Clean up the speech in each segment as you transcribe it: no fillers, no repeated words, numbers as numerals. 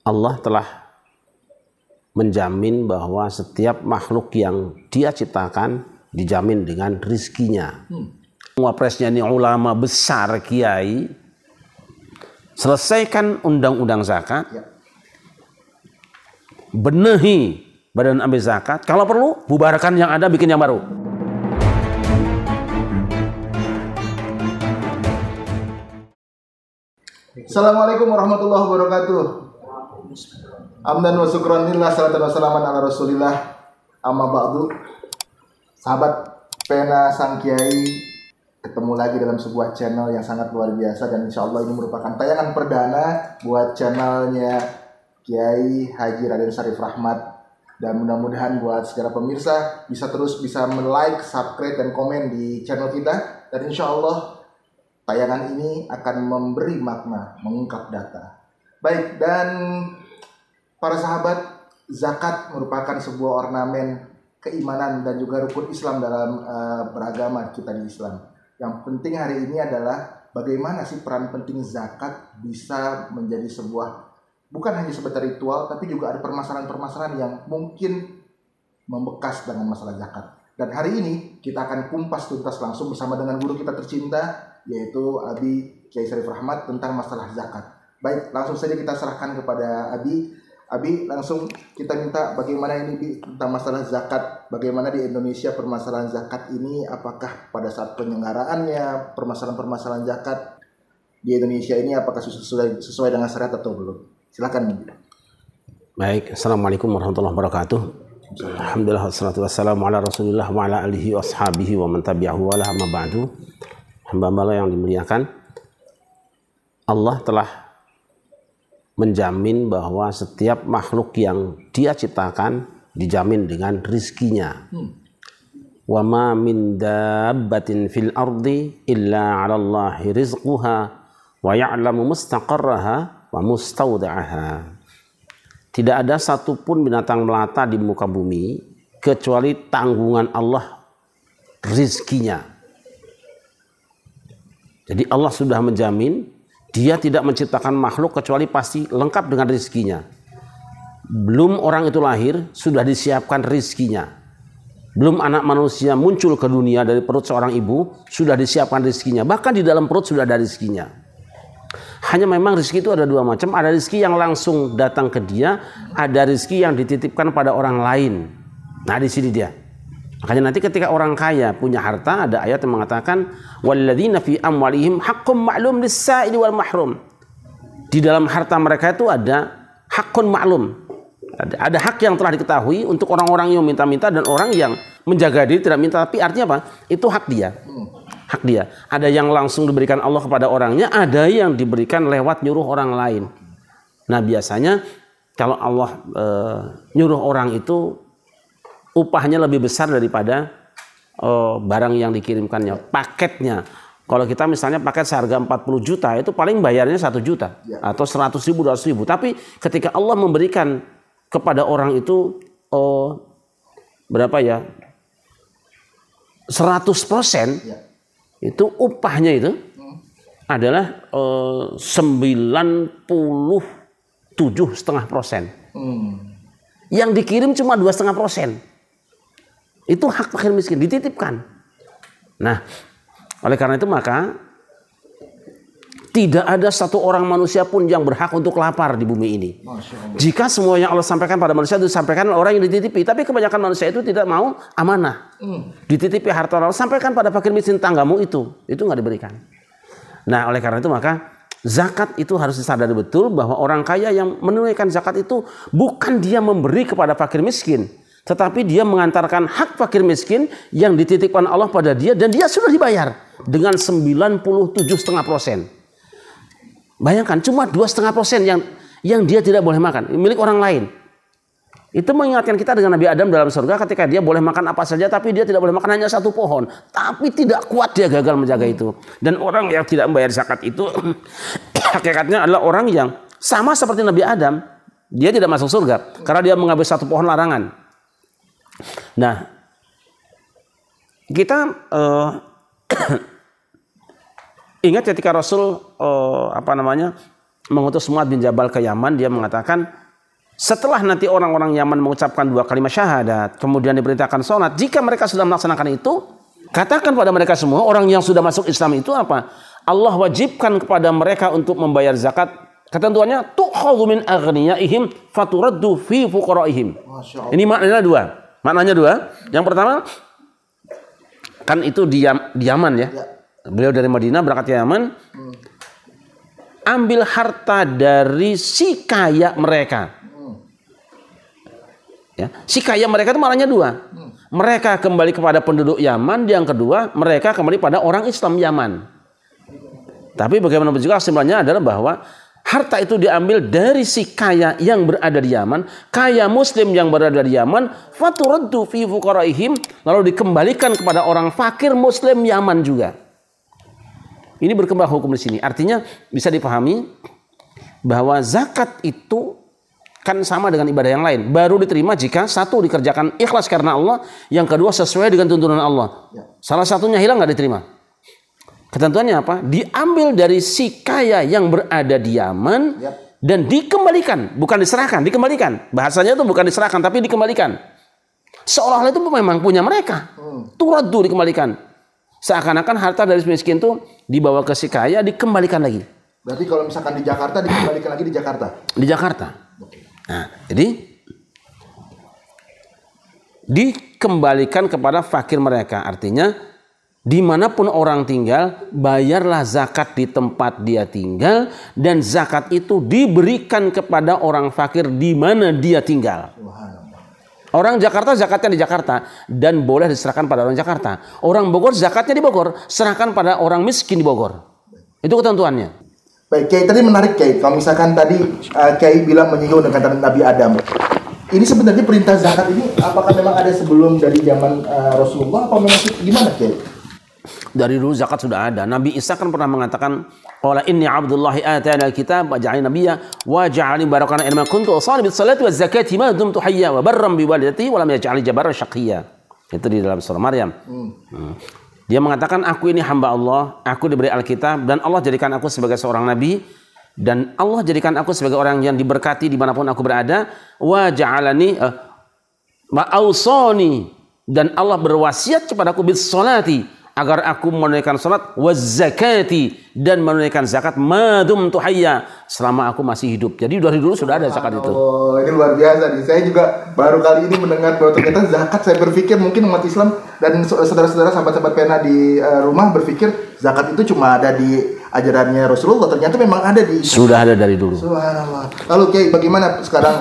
Allah telah menjamin bahwa setiap makhluk yang Dia ciptakan dijamin dengan rizkinya. Wapresnya ini ulama besar, kiai, selesaikan undang-undang zakat, benahi badan amil zakat, kalau perlu bubarkan yang ada, bikin yang baru. Assalamualaikum warahmatullahi wabarakatuh. Amdan wa syukranillah, salatan wa salaman ala rasulillah. Amma ba'du. Sahabat pena sang kiai, ketemu lagi dalam sebuah channel yang sangat luar biasa, dan insya Allah ini merupakan tayangan perdana buat channelnya Kiai Haji Raden Syarif Rahmat. Dan mudah-mudahan buat segala pemirsa bisa like, subscribe, dan komen di channel kita. Dan insya Allah tayangan ini akan memberi makna, mengungkap data. Baik, dan para sahabat, zakat merupakan sebuah ornamen keimanan dan juga rukun Islam dalam beragama kita di Islam. Yang penting hari ini adalah bagaimana sih peran penting zakat bisa menjadi sebuah, bukan hanya sebatas ritual, tapi juga ada permasalahan-permasalahan yang mungkin membekas dengan masalah zakat. Dan hari ini kita akan kumpas tuntas langsung bersama dengan guru kita tercinta, yaitu Abi Kiai Syarif Rahmat, tentang masalah zakat. Baik, langsung saja kita serahkan kepada Abi. Abi, langsung kita minta bagaimana ini Bi, tentang masalah zakat. Bagaimana di Indonesia permasalahan zakat ini, apakah pada saat penyelenggaraannya, permasalahan-permasalahan zakat di Indonesia ini apakah sesuai dengan syariat atau belum? Silakan. Baik, Assalamualaikum warahmatullahi wabarakatuh. Alhamdulillah, wassalatu wassalamu ala rasulillah wa ala alihi wa ashabihi wa man tabi'ahu wa la amma ba'du. Hamba-hamba yang dimuliakan, Allah telah menjamin bahwa setiap makhluk yang Dia ciptakan dijamin dengan rizkinya. Wa ma min dabbatin fil ardi illa 'ala Allahi rizquha wa ya'lamu mustaqarraha wa mustawda'aha. Tidak ada satupun binatang melata di muka bumi kecuali tanggungan Allah rizkinya. Jadi Allah sudah menjamin, Dia tidak menciptakan makhluk kecuali pasti lengkap dengan rizkinya. Belum orang itu lahir, sudah disiapkan rizkinya. Belum anak manusia muncul ke dunia dari perut seorang ibu, sudah disiapkan rizkinya. Bahkan di dalam perut sudah ada rizkinya. Hanya memang rizki itu ada dua macam. Ada rizki yang langsung datang ke dia, ada rizki yang dititipkan pada orang lain. Nah, di sini dia. Makanya nanti ketika orang kaya punya harta, ada ayat yang mengatakan walladzina fi amwalihim haqqum ma'lum lis-sa'ili wal mahrum. Di dalam harta mereka itu ada hakun ma'lum. Ada hak yang telah diketahui untuk orang-orang yang minta-minta dan orang yang menjaga diri tidak minta, tapi artinya apa? Itu hak dia. Hak dia. Ada yang langsung diberikan Allah kepada orangnya, ada yang diberikan lewat nyuruh orang lain. Nah, biasanya kalau Allah nyuruh orang itu upahnya lebih besar daripada barang yang dikirimkannya, paketnya. Kalau kita misalnya paket seharga 40 juta, itu paling bayarnya 1 juta atau 100 ribu, 200 ribu. Tapi ketika Allah memberikan kepada orang itu berapa ya? 100%, itu upahnya itu adalah 97,5%. Yang dikirim cuma 2,5%. Itu hak fakir miskin, dititipkan. Nah, oleh karena itu maka tidak ada satu orang manusia pun yang berhak untuk lapar di bumi ini. Jika semua yang Allah sampaikan pada manusia itu disampaikan orang yang dititipi, tapi kebanyakan manusia itu tidak mau amanah. Dititipi harta orang, sampaikan pada fakir miskin tanggamu itu nggak diberikan. Nah, oleh karena itu maka zakat itu harus disadari betul bahwa orang kaya yang menunaikan zakat itu bukan dia memberi kepada fakir miskin, tetapi dia mengantarkan hak fakir miskin yang dititipkan Allah pada dia, dan dia sudah dibayar dengan 97,5%. Bayangkan cuma 2,5% yang dia tidak boleh makan, milik orang lain. Itu mengingatkan kita dengan Nabi Adam dalam surga ketika dia boleh makan apa saja, tapi dia tidak boleh makan hanya satu pohon. Tapi tidak kuat dia gagal menjaga itu. Dan orang yang tidak membayar zakat itu hakikatnya adalah orang yang sama seperti Nabi Adam. Dia tidak masuk surga karena dia mengambil satu pohon larangan. Nah, kita ingat ketika Rasul mengutus Mu'adz bin Jabal ke Yaman. Dia mengatakan, setelah nanti orang-orang Yaman mengucapkan 2 kalimat syahadat, kemudian diperintahkan sholat, jika mereka sudah melaksanakan itu, katakan pada mereka semua, orang yang sudah masuk Islam itu apa? Allah wajibkan kepada mereka untuk membayar zakat. Ketentuannya, tu'khadhu min aghniyaihim faturaddu fi fuqaraihim. Ini maknanya 2. Maknanya 2. Yang pertama, kan itu di Yaman ya. Beliau dari Madinah berangkat ke Yaman. Ambil harta dari si kaya mereka. Ya, si kaya mereka itu maknanya 2. Mereka kembali kepada penduduk Yaman. Yang kedua, mereka kembali pada orang Islam Yaman. Tapi bagaimanapun juga sebenarnya adalah bahwa harta itu diambil dari si kaya yang berada di Yaman, kaya muslim yang berada di Yaman, faturaddu fi fuqaraihim, lalu dikembalikan kepada orang fakir muslim Yaman juga. Ini berkembang hukum di sini. Artinya bisa dipahami bahwa zakat itu kan sama dengan ibadah yang lain. Baru diterima jika satu dikerjakan ikhlas karena Allah, yang kedua sesuai dengan tuntunan Allah. Salah satunya hilang nggak diterima. Ketentuannya apa? Diambil dari si kaya yang berada di Yaman dan dikembalikan, bukan diserahkan, dikembalikan. Bahasanya itu bukan diserahkan tapi dikembalikan. Seolah-olah itu memang punya mereka. Turaddu, dikembalikan. Seakan-akan harta dari miskin itu dibawa ke si kaya, dikembalikan lagi. Berarti kalau misalkan di Jakarta dikembalikan lagi di Jakarta. Di Jakarta. Nah, jadi dikembalikan kepada fakir mereka. Artinya dimanapun orang tinggal, bayarlah zakat di tempat dia tinggal, dan zakat itu diberikan kepada orang fakir di mana dia tinggal. Orang Jakarta zakatnya di Jakarta dan boleh diserahkan pada orang Jakarta. Orang Bogor zakatnya di Bogor, serahkan pada orang miskin di Bogor. Itu ketentuannya. Baik, Kiai, tadi menarik Kiai. Kalau misalkan tadi Kiai bilang menyinggung dengan Nabi Adam. Ini sebenarnya perintah zakat ini apakah memang ada sebelum dari zaman Rasulullah, apa memang gimana Kiai? Dari dulu zakat sudah ada. Nabi Isa kan pernah mengatakan, qala inni abdullahi atana alkitab wa ja'alani nabiyya wa ja'alani barakan aina kuntu usalli bis salati waz zakati ma dumtu hayya wa barran bi walidati wa lam yaj'alni jabbaran syaqiyya. Itu di dalam surah Maryam. Dia mengatakan, aku ini hamba Allah, aku diberi Alkitab dan Allah jadikan aku sebagai seorang nabi, dan Allah jadikan aku sebagai orang yang diberkati dimanapun aku berada, wa ja'alani wa awsani, dan Allah berwasiat kepadaku bis salati, agar aku menunaikan salat, waz zakati, dan menunaikan zakat madum tuhayya, selama aku masih hidup. Jadi dari dulu sudah ada zakat itu. Oh, ini luar biasa nih. Saya juga baru kali ini mendengar bahwa ternyata zakat, saya berpikir mungkin umat Islam dan saudara-saudara sahabat-sahabat pena di rumah berpikir zakat itu cuma ada di ajarannya Rasulullah. Ternyata memang ada di sudah ada dari dulu. Subhanallah. Lalu Kiai, bagaimana sekarang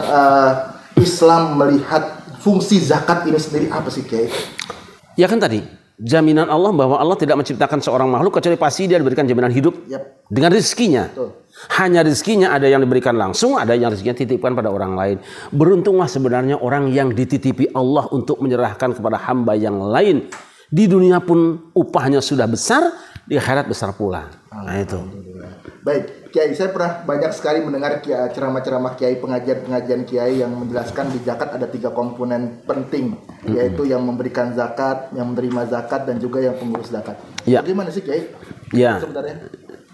Islam melihat fungsi zakat ini sendiri apa sih Kiai? Ya kan tadi jaminan Allah bahwa Allah tidak menciptakan seorang makhluk kecuali pasti dia diberikan jaminan hidup dengan rezekinya. Hanya rezekinya ada yang diberikan langsung, ada yang rezekinya titipkan pada orang lain. Beruntunglah sebenarnya orang yang dititipi Allah untuk menyerahkan kepada hamba yang lain. Di dunia pun upahnya sudah besar, di akhirat besar pula. Nah itu. Baik, Kiai, saya pernah banyak sekali mendengar ceramah-ceramah Kiai, pengajian-pengajian Kiai yang menjelaskan di zakat ada 3 komponen penting, yaitu yang memberikan zakat, yang menerima zakat, dan juga yang pengurus zakat. Ya. Bagaimana sih Kiai? Ya. Sebenarnya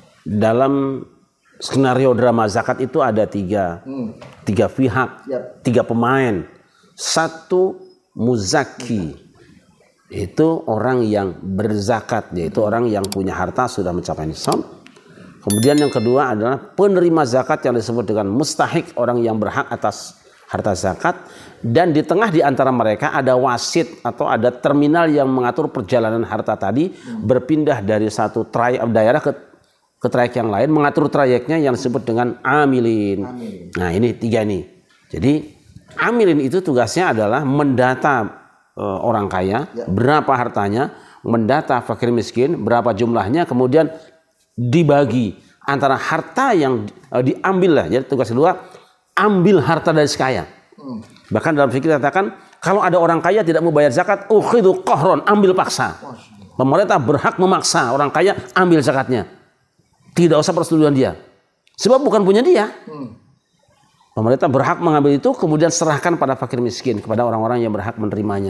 dalam skenario drama zakat itu ada 3 pihak, 3 pemain. 1 muzaki, itu orang yang berzakat, yaitu orang yang punya harta sudah mencapai nisab. Kemudian yang kedua adalah penerima zakat yang disebut dengan mustahik, orang yang berhak atas harta zakat. Dan di tengah di antara mereka ada wasit atau ada terminal yang mengatur perjalanan harta tadi, berpindah dari satu daerah ke trayek yang lain, mengatur trayeknya yang disebut dengan amilin. Nah ini 3 ini. Jadi amilin itu tugasnya adalah mendata orang kaya, berapa hartanya, mendata fakir miskin, berapa jumlahnya, kemudian dibagi antara harta yang diambil lah. Jadi tugas kedua, ambil harta dari si kaya. Bahkan dalam fikih dikatakan, kalau ada orang kaya tidak mau bayar zakat, ukhidhu qahron, ambil paksa. Pemerintah berhak memaksa orang kaya ambil zakatnya. Tidak usah persetujuan dia. Sebab bukan punya dia. Pemerintah berhak mengambil itu, kemudian serahkan pada fakir miskin, kepada orang-orang yang berhak menerimanya.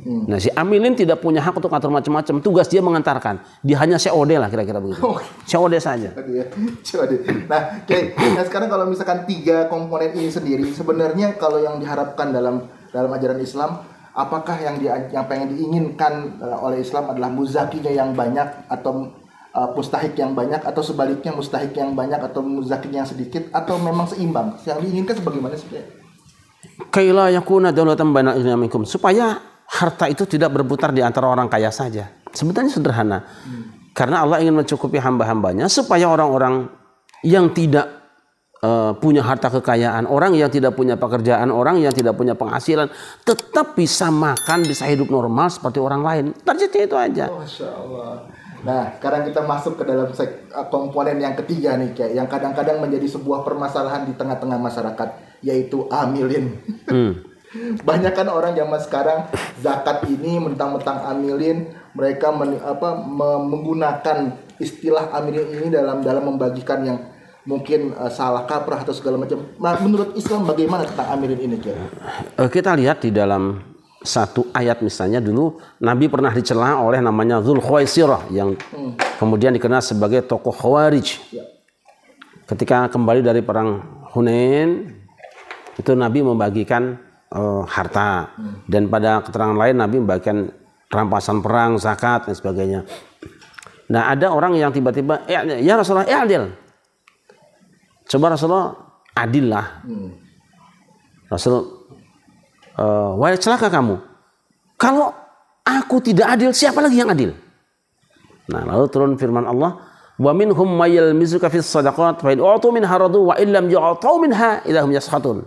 Nah, si amilin tidak punya hak untuk atur macam-macam. Tugas dia mengantarkan. Dia hanya COD lah kira-kira begitu. COD saja. COD. Nah, nah sekarang kalau misalkan 3 komponen ini sendiri, sebenarnya kalau yang diharapkan dalam ajaran Islam, apakah yang pengen diinginkan oleh Islam adalah muzakinya yang banyak atau mustahik yang banyak, atau sebaliknya mustahik yang banyak atau muzakinya yang sedikit, atau memang seimbang? Yang diinginkan sebagaimana sebenarnya? Kaila yakuna daulatan baina minkum, supaya harta itu tidak berputar di antara orang kaya saja. Sebenarnya sederhana. Karena Allah ingin mencukupi hamba-hambanya supaya orang-orang yang tidak punya harta kekayaan, orang yang tidak punya pekerjaan, orang yang tidak punya penghasilan tetap bisa makan, bisa hidup normal seperti orang lain. Targetnya itu aja. Masya Allah. Nah, sekarang kita masuk ke dalam komponen yang ketiga nih, kayak yang kadang-kadang menjadi sebuah permasalahan di tengah-tengah masyarakat, yaitu amilin. Banyak kan orang zaman sekarang zakat ini mentang-mentang amilin, mereka menggunakan istilah amilin ini dalam membagikan yang mungkin salah kaprah atau segala macam. Nah, menurut Islam bagaimana tentang amilin ini, Kiai? Kita lihat di dalam satu ayat misalnya, dulu Nabi pernah dicela oleh namanya Dzulkhuwaisirah yang kemudian dikenal sebagai tokoh Khawarij. Ketika kembali dari perang Hunain, itu Nabi membagikan harta, dan pada keterangan lain Nabi membagikan rampasan perang, zakat dan sebagainya. Nah, ada orang yang tiba-tiba, ya Rasulullah, adil. Coba Rasulullah, adil lah. Rasul, wahai celaka kamu, kalau aku tidak adil, siapa lagi yang adil? Nah, lalu turun firman Allah, wa minhum may yalmizuka fis shadaqat fa in u'tu minha radu wa illam yu'tu minha idza hum yaskhatun.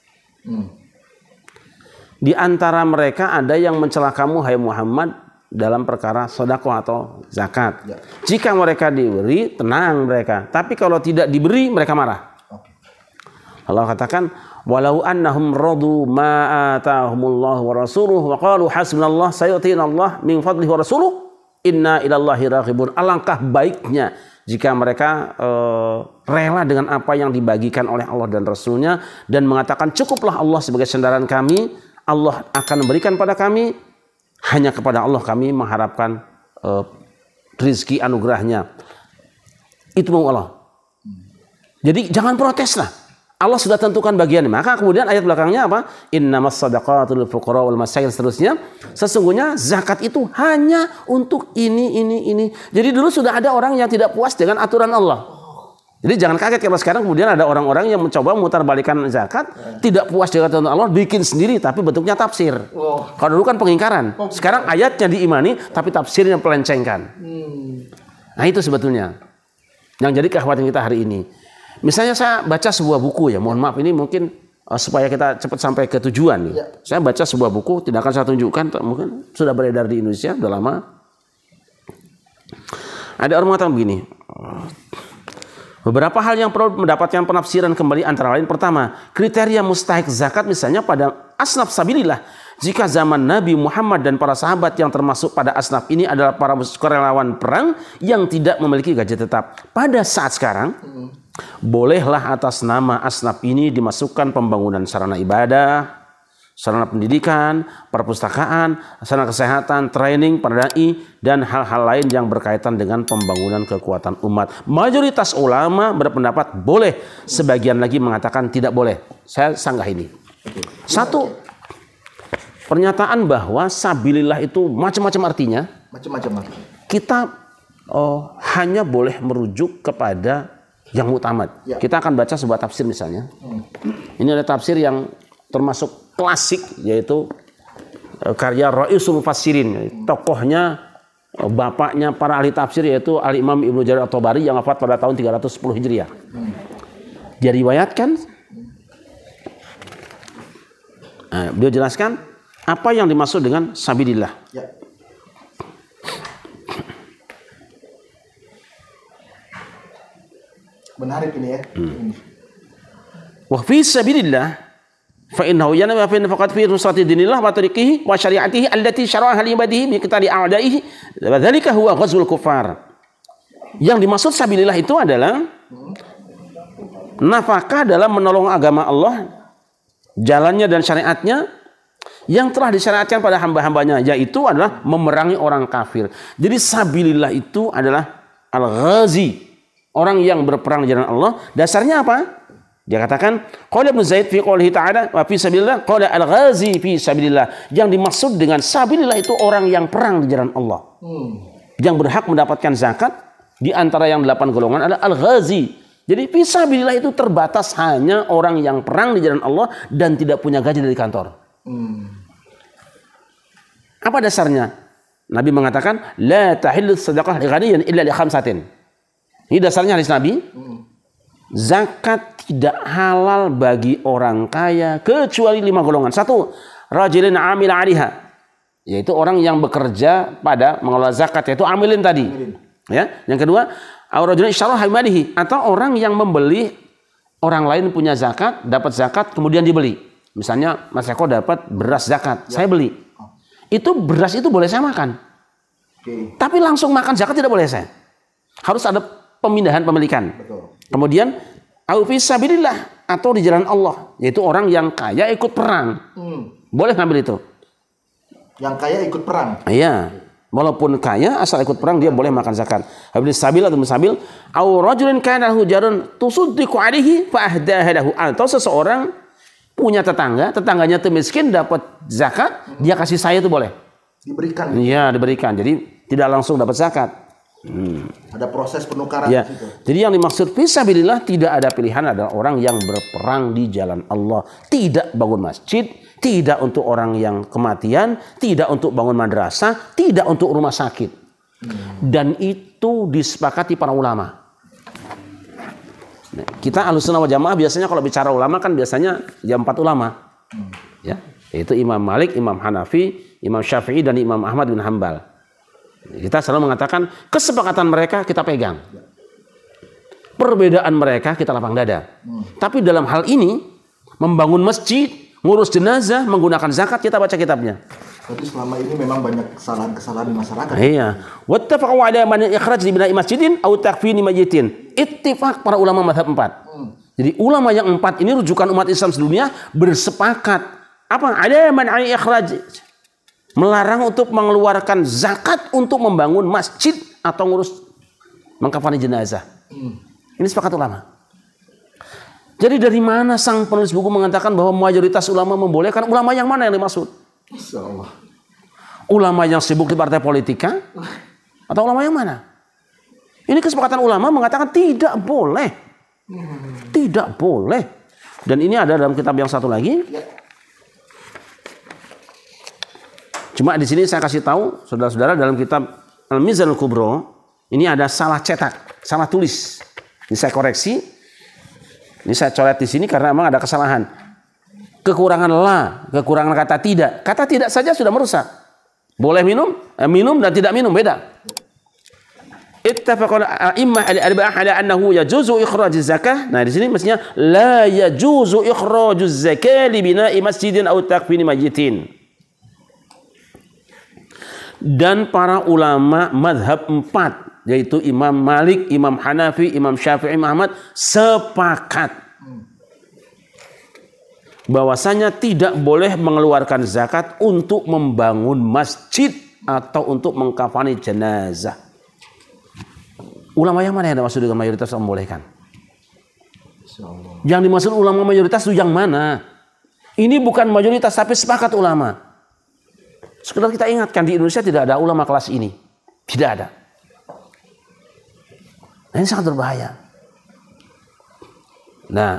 Di antara mereka ada yang mencela kamu, hai Muhammad, dalam perkara sedekah atau zakat. Jika mereka diberi, tenang mereka. Tapi kalau tidak diberi, mereka marah. Allah katakan, walau annahum radu ma atahumullahu wa rasuluhu wa qalu hasbunallah sayu'tina Allah min fadlihi wa rasuluhu inna ilallahi raghibun. Alangkah baiknya jika mereka rela dengan apa yang dibagikan oleh Allah dan Rasulnya, dan mengatakan cukuplah Allah sebagai sandaran kami, Allah akan memberikan pada kami, hanya kepada Allah kami mengharapkan rizki anugerahnya. Itu mau Allah. Jadi jangan protes lah. Allah sudah tentukan bagiannya. Maka kemudian ayat belakangnya apa? Innamas shadaqatu lil fuqara wal masakin, seterusnya. Sesungguhnya zakat itu hanya untuk ini. Jadi dulu sudah ada orang yang tidak puas dengan aturan Allah. Jadi jangan kaget kalau sekarang kemudian ada orang-orang yang mencoba memutarbalikkan zakat, tidak puas dengan aturan Allah, bikin sendiri tapi bentuknya tafsir. Kalau dulu kan pengingkaran. Sekarang ayatnya diimani tapi tafsirnya pelencengkan. Nah, itu sebetulnya yang jadi kekhawatiran kita hari ini. Misalnya saya baca sebuah buku, ya mohon maaf ini mungkin supaya kita cepat sampai ke tujuan. Saya baca sebuah buku, tidak akan saya tunjukkan, mungkin sudah beredar di Indonesia sudah lama. Ada orang mengatakan begini, beberapa hal yang perlu mendapatkan penafsiran kembali, antara lain pertama, kriteria mustahik zakat misalnya pada asnaf sabilillah. Jika zaman Nabi Muhammad dan para sahabat yang termasuk pada asnaf ini adalah para sukarelawan perang yang tidak memiliki gaji tetap. Pada saat sekarang, bolehlah atas nama asnaf ini dimasukkan pembangunan sarana ibadah, sarana pendidikan, perpustakaan, sarana kesehatan, training para dai, dan hal-hal lain yang berkaitan dengan pembangunan kekuatan umat. Mayoritas ulama berpendapat boleh, sebagian lagi mengatakan tidak boleh. Saya sanggah ini. Satu, pernyataan bahwa sabilillah itu macam-macam artinya. Macam-macam. Kita hanya boleh merujuk kepada yang mutamad. Kita akan baca sebuah tafsir misalnya. Ini ada tafsir yang termasuk klasik, yaitu karya Ra'isul Mufassirin, tokohnya, bapaknya para ahli tafsir, yaitu Al-Imam Ibnu Jarir At-Tabari yang wafat pada tahun 310 Hijriah. Dia riwayatkan, beliau jelaskan apa yang dimaksud dengan sabilillah. Menarik ini ya. Wa fi sabilillah fa innahu yanfa fi faqat fi nusrati dinillah wa tariqihi wa syari'atihi allati syara'aha li ibadihi bi qitali a'da'ihi wa dzalika huwa ghazwul kufar. Yang dimaksud sabilillah itu adalah nafkah dalam menolong agama Allah, jalannya dan syariatnya, yang telah disyariatkan pada hamba-hambanya, yaitu adalah memerangi orang kafir. Jadi sabilillah itu adalah al-ghazi, orang yang berperang di jalan Allah. Dasarnya apa? Dia katakan, qala Ibnu Zaid fi qoulihi ta'ala wa fi sabilillah, qala al-ghazi fi sabilillah. Yang dimaksud dengan sabilillah itu orang yang perang di jalan Allah. Yang berhak mendapatkan zakat di antara yang 8 golongan adalah al-ghazi. Jadi fi sabilillah itu terbatas hanya orang yang perang di jalan Allah dan tidak punya gaji dari kantor. Apa dasarnya? Nabi mengatakan, la tahillu sadaqah li ghaniyin illa li khamsatin. Ini dasarnya hadis Nabi. Zakat tidak halal bagi orang kaya kecuali 5 golongan. 1, rajulun amil 'alaiha, yaitu orang yang bekerja pada mengelola zakat, yaitu amilin tadi. Ya. Yang kedua, aw rajulun ishtara haimadihi, atau orang yang membeli orang lain punya zakat, dapat zakat kemudian dibeli. Misalnya Mas Eko dapat beras zakat, saya beli. Itu beras itu boleh saya makan. Tapi langsung makan zakat tidak boleh saya. Harus ada pemindahan pemilikan. Betul. Kemudian au fi sabilillah, atau di jalan Allah, yaitu orang yang kaya ikut perang. Boleh ngambil itu. Yang kaya ikut perang. Iya. Walaupun kaya asal ikut perang dia boleh makan zakat. Habis sabil atau musabil, au rajulin kana lahu jarun tusuddiqu alaihi fa ahdaha lahu, atau seseorang punya tetangganya itu miskin dapat zakat, dia kasih saya itu boleh. Diberikan. Iya, diberikan. Jadi tidak langsung dapat zakat. Ada proses penukaran ya. di situ. Jadi yang dimaksud fisabilillah tidak ada pilihan, adalah orang yang berperang di jalan Allah. Tidak bangun masjid, tidak untuk orang yang kematian, tidak untuk bangun madrasah, tidak untuk rumah sakit. Dan itu disepakati para ulama. Nah, kita Ahlussunnah wal Jamaah biasanya kalau bicara ulama kan biasanya ya 4 ulama. Ya, yaitu Imam Malik, Imam Hanafi, Imam Syafi'i dan Imam Ahmad bin Hanbal. Kita selalu mengatakan kesepakatan mereka kita pegang. Perbedaan mereka kita lapang dada. Tapi dalam hal ini membangun masjid, ngurus jenazah, menggunakan zakat, kita baca kitabnya. Berarti selama ini memang banyak kesalahan-kesalahan di masyarakat. Iya. Wattafaqu ala man ikhraj li bina'i masjidin aw takfini mayyitin. Ittifaq para ulama mazhab 4. Jadi ulama yang 4 ini rujukan umat Islam sedunia bersepakat. Apa? Ada man ikhraj, melarang untuk mengeluarkan zakat untuk membangun masjid atau ngurus mengkafani jenazah. Ini sepakat ulama. Jadi dari mana sang penulis buku mengatakan bahwa mayoritas ulama membolehkan? Ulama yang mana yang dimaksud? Insyaallah. Ulama yang sibuk di partai politika atau ulama yang mana? Ini kesepakatan ulama mengatakan tidak boleh. Tidak boleh. Dan ini ada dalam kitab yang satu lagi. Cuma di sini saya kasih tahu saudara-saudara, dalam kitab Al-Mizan Al-Kubro ini ada salah cetak, salah tulis. Ini saya koreksi. Ini saya coret di sini karena memang ada kesalahan. Kekurangan la, kekurangan kata tidak. Kata tidak saja sudah merusak. Boleh minum, minum dan tidak minum beda. Ittafaqal a'immah al-arba'ah ala annahu yajuzu ikhrajuz zakah. Nah, di sini mestinya la yajuzu ikhrajuz zakah li bina'i masjidin aw takfini mayyitin. Dan para ulama mazhab 4, yaitu Imam Malik, Imam Hanafi, Imam Syafi'i, Ahmad sepakat bahwasanya tidak boleh mengeluarkan zakat untuk membangun masjid atau untuk mengkafani jenazah. Ulama yang mana yang dimaksud dengan mayoritas membolehkan? Yang dimaksud ulama mayoritas itu yang mana? Ini bukan mayoritas tapi sepakat ulama. Sekedar kita ingatkan, di Indonesia tidak ada ulama kelas ini. Tidak ada. Nah, ini sangat berbahaya. Nah,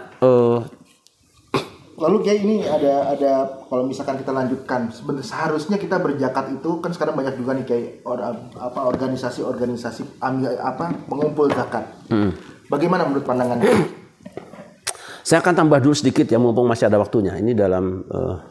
lalu kayak ini ada kalau misalkan kita lanjutkan, seharusnya kita berzakat itu kan sekarang banyak juga nih kayak organisasi-organisasi pengumpul zakat. Bagaimana menurut pandangan? Saya akan tambah dulu sedikit ya, mumpung masih ada waktunya. Ini dalam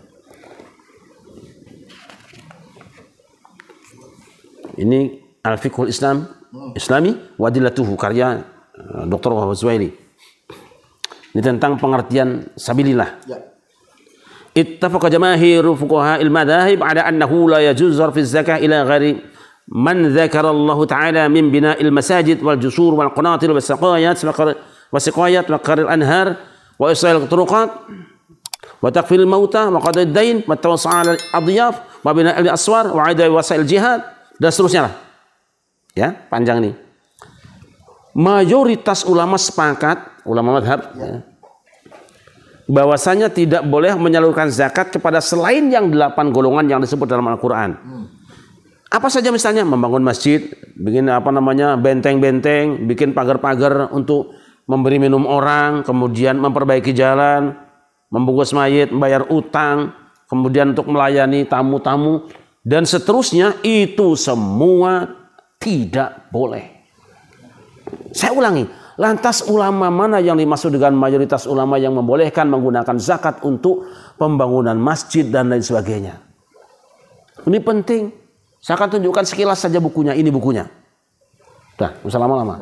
ini Al-Fiqhul Islami Wadilatuhu karya Dr. Wahab Zuhaili. Ini tentang pengertian sabilillah. Ya. Ittafaqa jamaahiru fuqaha al-madahib ala annahu la yajuz zarfu az-zakah ila ghairi man dzakara Allah ta'ala min bina'il masajid wal jusur wal qanatir was siqayat wa qarir al-anhar wa isal turuqat wa takfiril mauta wa qada'id dain wa tawassul adiyaf wa bina al-aswar wa aida wasail jihad dan seterusnya lah. Ya, panjang nih. Mayoritas ulama sepakat, ulama madhab, ya, bahwasanya tidak boleh menyalurkan zakat kepada selain yang 8 golongan yang disebut dalam Al-Quran. Apa saja misalnya membangun masjid, bikin benteng-benteng, bikin pagar-pagar untuk memberi minum orang, kemudian memperbaiki jalan, membungkus mayit, membayar utang, kemudian untuk melayani tamu-tamu dan seterusnya, itu semua tidak boleh. Saya ulangi, lantas ulama mana yang dimaksud dengan mayoritas ulama yang membolehkan menggunakan zakat untuk pembangunan masjid dan lain sebagainya? Ini penting. Saya akan tunjukkan sekilas saja bukunya. Ini bukunya. Dah, usah lama-lama.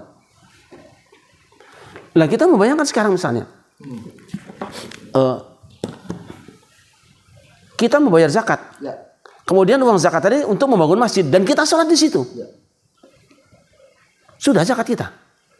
Lah kita membayangkan sekarang misalnya, kita membayar zakat. Kemudian uang zakat tadi untuk membangun masjid dan kita sholat di situ. Sudah zakat kita.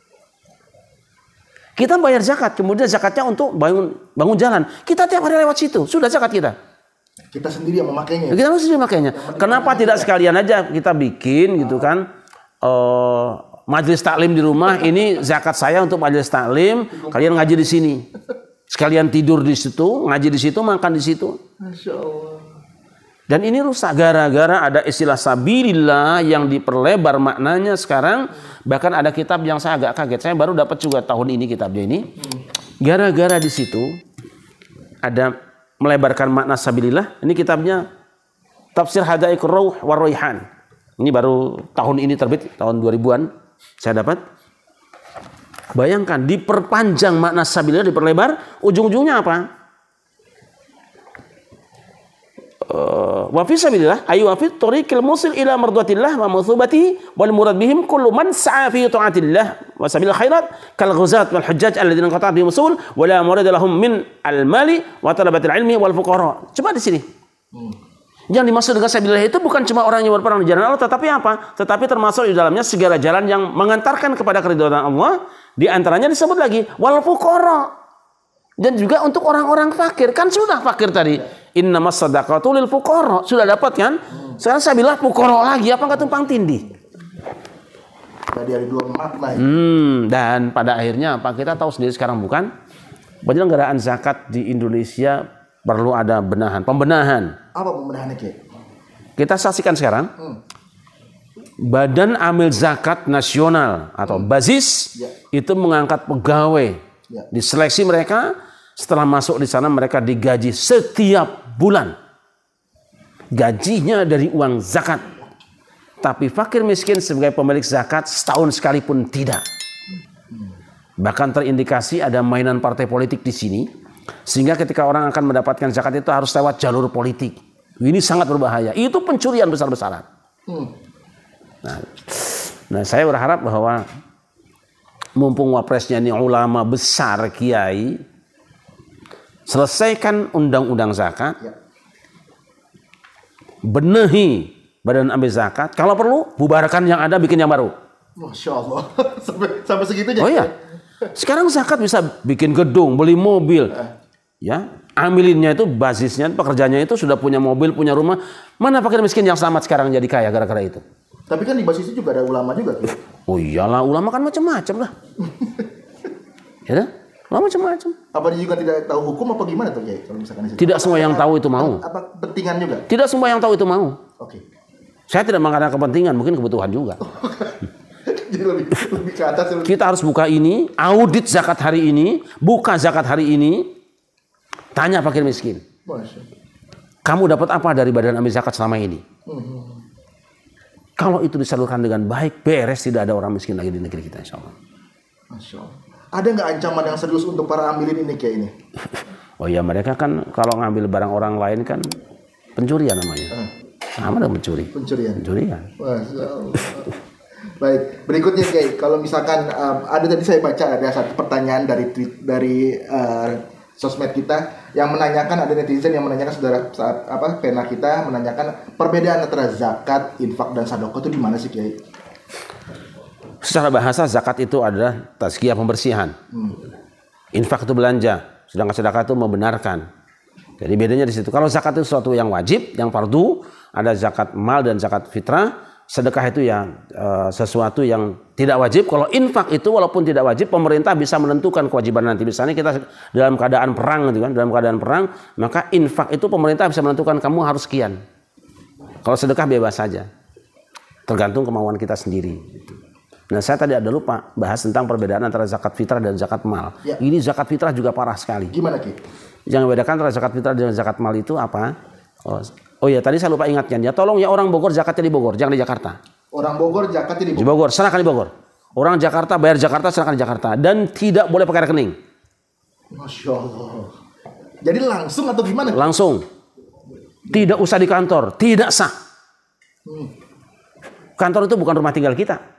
Kita bayar zakat, kemudian zakatnya untuk bangun jalan. Kita tiap hari lewat situ, sudah zakat kita. Kita sendiri yang memakainya. Kita sendiri memakainya. Kenapa tidak sekalian aja kita bikin gitu kan? Majelis taklim di rumah, ini zakat saya untuk majelis taklim, kalian ngaji di sini. Sekalian tidur di situ, ngaji di situ, makan di situ. Masya Allah. Dan ini rusak gara-gara ada istilah sabilillah yang diperlebar maknanya sekarang. Bahkan ada kitab yang saya agak kaget. Saya baru dapat juga tahun ini kitabnya ini. Gara-gara di situ ada melebarkan makna sabilillah. Ini kitabnya Tafsir Hadaiqur Rauh war Raihan. Ini baru tahun ini terbit, tahun 2000-an saya dapat. Bayangkan diperpanjang makna sabilillah, diperlebar, ujung-ujungnya apa? Wa fi sabilillah ay wa fi tariqil musil ila mardatillah wa mathubati wal murad bihim kullu man sa'a fi ta'atillah wa sabil khairat kal ghuzat wal hujjaj alladziina qata'a bihim usul wa la murada lahum min al mali wa talabatil ilmi wal fuqara. Coba di sini. Yang dimaksud dengan sabilillah itu bukan cuma orang yang berperang di jalan Allah, tetapi apa? Tetapi termasuk di dalamnya segala jalan yang mengantarkan kepada keridhaan Allah. Di antaranya disebut lagi wal fuqara. Dan juga untuk orang-orang fakir, kan sudah fakir tadi. Innamas shadaqatu lil fuqara, sudah dapat kan? Sekarang saya bilang fuqara lagi, apa enggak tumpang tindih? Tadi ada dua makna. Dan pada akhirnya apa? Kita tahu sendiri sekarang bukan? Penyelenggaraan zakat di Indonesia perlu ada pembenahan. Apa pembenahannya, Ki? Kita saksikan sekarang. Badan Amil Zakat Nasional atau BAZIS itu mengangkat pegawai. Diseleksi mereka, setelah masuk di sana mereka digaji setiap bulan. Gajinya dari uang zakat. Tapi fakir miskin sebagai pemilik zakat setahun sekalipun tidak. Bahkan terindikasi ada mainan partai politik di sini. Sehingga ketika orang akan mendapatkan zakat itu harus lewat jalur politik. Ini sangat berbahaya. Itu pencurian besar-besaran. Nah, saya berharap bahwa mumpung wapresnya ini ulama besar, kiai, selesaikan undang-undang zakat, benahi badan amil zakat, kalau perlu bubarkan yang ada, bikin yang baru. Masya Allah. sampai segitunya. Oh iya, sekarang zakat bisa bikin gedung, beli mobil, ya, amilinnya itu basisnya, pekerjanya itu sudah punya mobil, punya rumah. Mana fakir miskin yang selamat sekarang jadi kaya gara-gara itu? Tapi kan di basisnya juga ada ulama juga tuh. Oh iyalah, ulama kan macam-macam lah. Ya, ulama macam-macam. Apa dia juga tidak tahu hukum apa gimana tuh, Kiai? Kalau misalkan tidak semua yang tahu itu mau. Apa kepentingan juga? Tidak semua yang tahu itu mau. Oke. Saya tidak mengatakan kepentingan, mungkin kebutuhan juga. Jadi lebih ke atas. Kita harus buka ini, audit zakat hari ini, buka zakat hari ini, tanya fakir miskin. Masya. Kamu dapat apa dari badan amil zakat selama ini? Kalau itu disalurkan dengan baik, beres, tidak ada orang miskin lagi di negeri kita, insya Allah. Masya Allah. Ada nggak ancaman yang serius untuk para amilin ini, Kiai ini? Oh ya, mereka kan kalau ngambil barang orang lain kan pencurian namanya. Sama dengan mencuri. Pencurian. Masya Allah. Baik, berikutnya, Kiai. Kalau misalkan ada tadi saya baca ada satu pertanyaan dari sosmed kita yang menanyakan, ada netizen yang menanyakan saat pena kita menanyakan perbedaan antara zakat, infak dan sedekah itu di mana sih, Kiai? Secara bahasa zakat itu adalah tazkiyah, pembersihan. Infak itu belanja, sedangkan sedekah itu membenarkan. Jadi bedanya di situ. Kalau zakat itu sesuatu yang wajib, yang fardu, ada zakat mal dan zakat fitrah. Sedekah itu ya sesuatu yang tidak wajib. Kalau infak itu walaupun tidak wajib, pemerintah bisa menentukan kewajiban nanti. Misalnya kita dalam keadaan perang gitu kan, dalam keadaan perang, maka infak itu pemerintah bisa menentukan kamu harus sekian. Kalau sedekah bebas saja. Tergantung kemauan kita sendiri. Nah, saya tadi ada lupa bahas tentang perbedaan antara zakat fitrah dan zakat mal. Ya. Ini zakat fitrah juga parah sekali. Gimana, Ki? Yang membedakan antara zakat fitrah dan zakat mal itu apa? Oh ya, tadi saya lupa ingatkan ya. Tolong ya, orang Bogor zakatnya di Bogor, jangan di Jakarta. Orang Bogor zakatnya di Bogor. Di Bogor, serahkan di Bogor. Orang Jakarta bayar Jakarta, serahkan di Jakarta, dan tidak boleh pakai rekening. Masya Allah. Jadi langsung atau gimana? Langsung. Tidak usah di kantor, tidak sah. Kantor itu bukan rumah tinggal kita.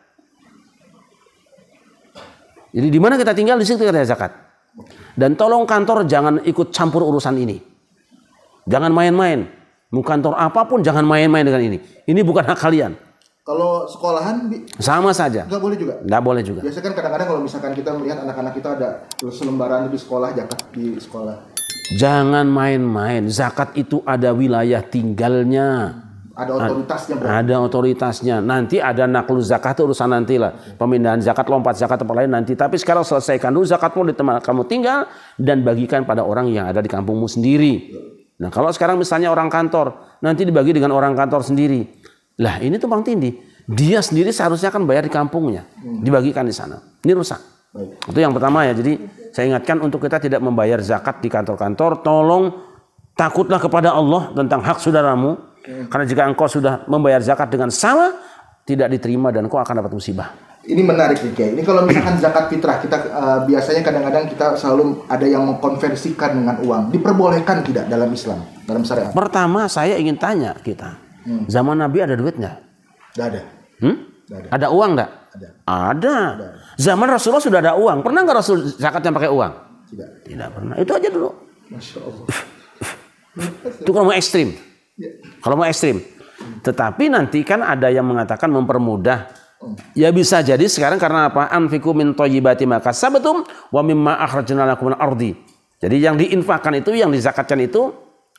Jadi di mana kita tinggal, di situ kita zakat. Dan tolong kantor jangan ikut campur urusan ini. Jangan main-main. Mau kantor apapun jangan main-main dengan ini. Ini bukan hak kalian. Kalau sekolahan sama saja. Nggak boleh juga? Nggak boleh juga. Biasanya kan kadang-kadang kalau misalkan kita melihat anak-anak kita ada selembaran di sekolah, zakat di sekolah. Jangan main-main. Zakat itu ada wilayah tinggalnya. Ada otoritasnya. Ada otoritasnya. Nanti ada naklu zakat itu urusan nanti lah. Pemindahan zakat, lompat zakat tempat lain nanti. Tapi sekarang selesaikan dulu zakatmu di tempat kamu tinggal dan bagikan pada orang yang ada di kampungmu sendiri. Nah, kalau sekarang misalnya orang kantor, nanti dibagi dengan orang kantor sendiri. Lah, ini tumpang tindih. Dia sendiri seharusnya kan bayar di kampungnya, dibagikan di sana. Ini rusak. Itu yang pertama ya. Jadi saya ingatkan untuk kita tidak membayar zakat di kantor-kantor. Tolong takutlah kepada Allah tentang hak saudaramu. Karena jika engkau sudah membayar zakat dengan salah, tidak diterima dan engkau akan dapat musibah. Ini menarik nih, Kiai. Ini kalau misalkan zakat fitrah, kita biasanya kadang-kadang kita selalu ada yang mengkonversikan dengan uang. Diperbolehkan tidak dalam Islam, dalam syariat? Pertama, saya ingin tanya kita. Zaman Nabi ada duit nggak? Nggak ada. Ada. Ada uang nggak? Ada. Zaman Rasulullah sudah ada uang. Pernah nggak Rasul zakatnya pakai uang? Tidak pernah. Itu aja dulu. Masya Allah. Itu kalau mau ekstrim. Kalau mau ekstrim. Tetapi nanti kan ada yang mengatakan mempermudah. Ya bisa jadi sekarang karena apa? Anfiqu min thayyibati ma kasabtum wa mimma akhrajna lakum min ardi. Jadi yang diinfakkan itu, yang dizakatkan itu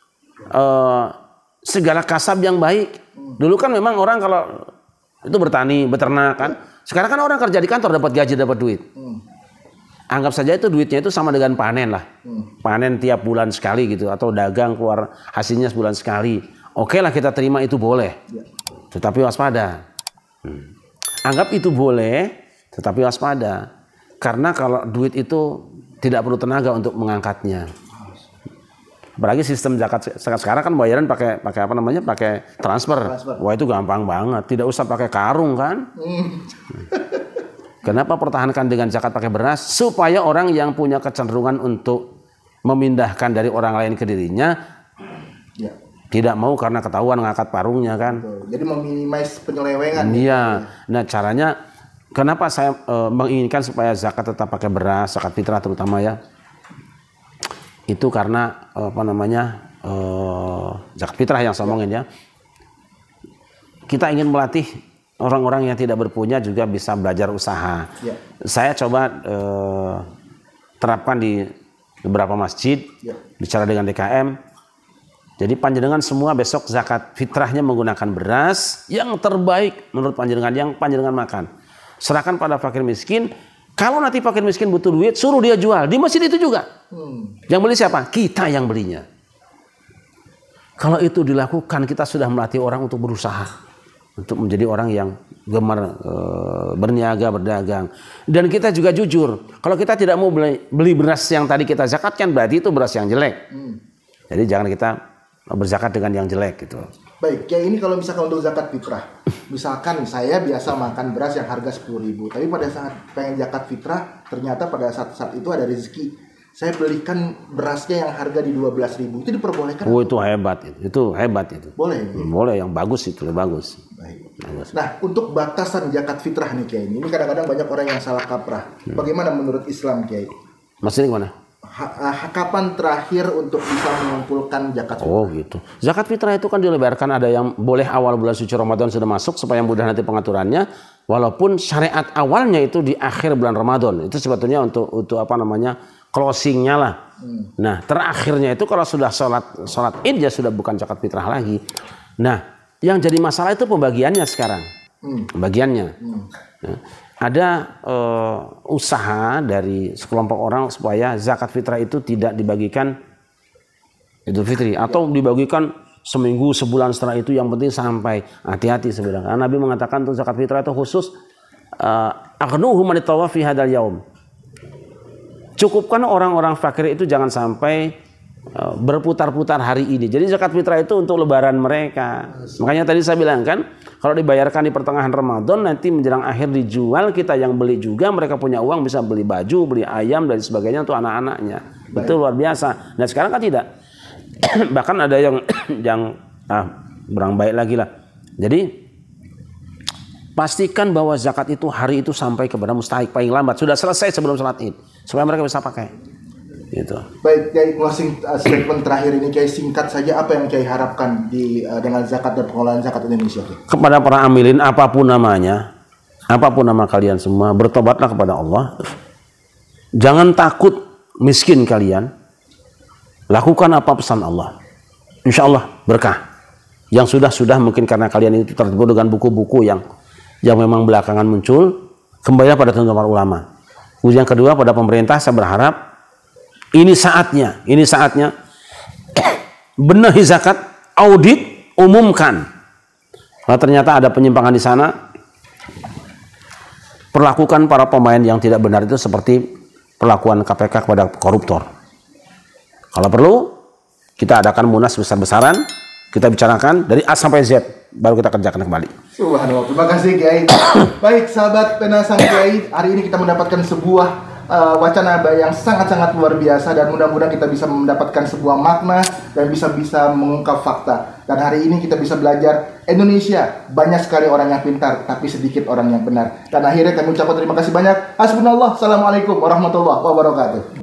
segala kasab yang baik. Dulu kan memang orang kalau itu bertani, beternak kan. Sekarang kan orang kerja di kantor dapat gaji, dapat duit. Anggap saja itu duitnya itu sama dengan panen lah. Panen tiap bulan sekali gitu. Atau dagang keluar hasilnya sebulan sekali. Oke lah kita terima itu boleh. Tetapi waspada. Anggap itu boleh. Tetapi waspada. Karena kalau duit itu tidak perlu tenaga untuk mengangkatnya. Apalagi sistem zakat sekarang kan bayaran pakai apa namanya? Pakai transfer. Wah itu gampang banget. Tidak usah pakai karung kan. Kenapa pertahankan dengan zakat pakai beras? Supaya orang yang punya kecenderungan untuk memindahkan dari orang lain ke dirinya tidak mau karena ketahuan ngangkat parungnya kan. Jadi meminimais penyelewengan. Iya. Nah caranya kenapa saya menginginkan supaya zakat tetap pakai beras, zakat fitrah terutama ya. Itu karena apa namanya zakat fitrah yang saya omongin ya. Kita ingin melatih orang-orang yang tidak berpunya juga bisa belajar usaha. Saya coba terapkan di beberapa masjid, bicara dengan DKM. Jadi panjenengan semua besok zakat fitrahnya menggunakan beras yang terbaik menurut panjenengan, yang panjenengan makan. Serahkan pada fakir miskin. Kalau nanti fakir miskin butuh duit, suruh dia jual di masjid itu juga. Yang beli siapa? Kita yang belinya. Kalau itu dilakukan, kita sudah melatih orang untuk berusaha, untuk menjadi orang yang gemar berniaga, berdagang. Dan kita juga jujur, kalau kita tidak mau beli beras yang tadi kita zakatkan, berarti itu beras yang jelek. Jadi jangan kita berzakat dengan yang jelek gitu. Baik, kayak ini kalau misalkan untuk zakat fitrah, misalkan saya biasa makan beras yang harga 10.000, tapi pada saat pengen zakat fitrah, ternyata pada saat itu ada rezeki, saya belikan berasnya yang harga di 12.000, itu diperbolehkan? Oh itu hebat, itu hebat itu. Boleh? Boleh, yang bagus itu, bagus. Baik. Bagus. Nah, untuk batasan zakat fitrah nih Kiai, ini kadang-kadang banyak orang yang salah kaprah. Bagaimana menurut Islam Kiai? Maksudnya gimana? kapan terakhir untuk bisa mengumpulkan zakat fitrah? Oh gitu. Zakat fitrah itu kan dilebarkan, ada yang boleh awal bulan suci Ramadan sudah masuk supaya mudah nanti pengaturannya. Walaupun syariat awalnya itu di akhir bulan Ramadan. Itu sebetulnya untuk apa namanya closingnya lah. Nah terakhirnya itu kalau sudah sholat id ya sudah bukan zakat fitrah lagi. Nah yang jadi masalah itu pembagiannya sekarang. Pembagiannya. Nah, ada usaha dari sekelompok orang supaya zakat fitrah itu tidak dibagikan Idul Fitri atau dibagikan seminggu sebulan setelah itu, yang penting sampai. Hati-hati sebenarnya. Karena Nabi mengatakan untuk zakat fitrah itu khusus aghnuhum man tawaf fi hadzal yaum. Cukupkan orang-orang fakir itu jangan sampai berputar-putar hari ini. Jadi zakat fitrah itu untuk lebaran mereka. Makanya tadi saya bilang kan, kalau dibayarkan di pertengahan Ramadan nanti menjelang akhir dijual, kita yang beli juga, mereka punya uang bisa beli baju, beli ayam dan sebagainya untuk anak-anaknya. Itu luar biasa. Nah sekarang kan tidak. Bahkan ada yang kurang baik lagi lah. Jadi pastikan bahwa zakat itu hari itu sampai kepada mustahik paling lambat sudah selesai sebelum salat Id supaya mereka bisa pakai. Gitu. Baik, Kiai, closing statement terakhir ini, Kiai, singkat saja apa yang Kiai harapkan dengan zakat dan pengelolaan zakat Indonesia, Kiai? Kepada para amilin apapun namanya, apapun nama kalian semua, bertobatlah kepada Allah. Jangan takut miskin kalian. Lakukan apa pesan Allah. Insya Allah berkah. Yang sudah mungkin karena kalian itu tertipu dengan buku-buku yang memang belakangan muncul, kembali pada tuntunan para ulama. Yang kedua, pada pemerintah saya berharap ini saatnya benahi zakat, audit, umumkan. Kalau ternyata ada penyimpangan di sana, perlakukan para pemain yang tidak benar itu seperti perlakuan KPK kepada koruptor. Kalau perlu, kita adakan munas besar-besaran, kita bicarakan dari A sampai Z, baru kita kerjakan kembali. Subhanallah, terima kasih Kiai. Baik, sahabat Pena Sang Kiai, hari ini kita mendapatkan sebuah wacana yang sangat-sangat luar biasa, dan mudah-mudahan kita bisa mendapatkan sebuah makna dan bisa mengungkap fakta. Dan hari ini kita bisa belajar Indonesia banyak sekali orang yang pintar tapi sedikit orang yang benar. Dan akhirnya kami ucapkan terima kasih banyak. Hasbunallah, assalamualaikum warahmatullahi wabarakatuh.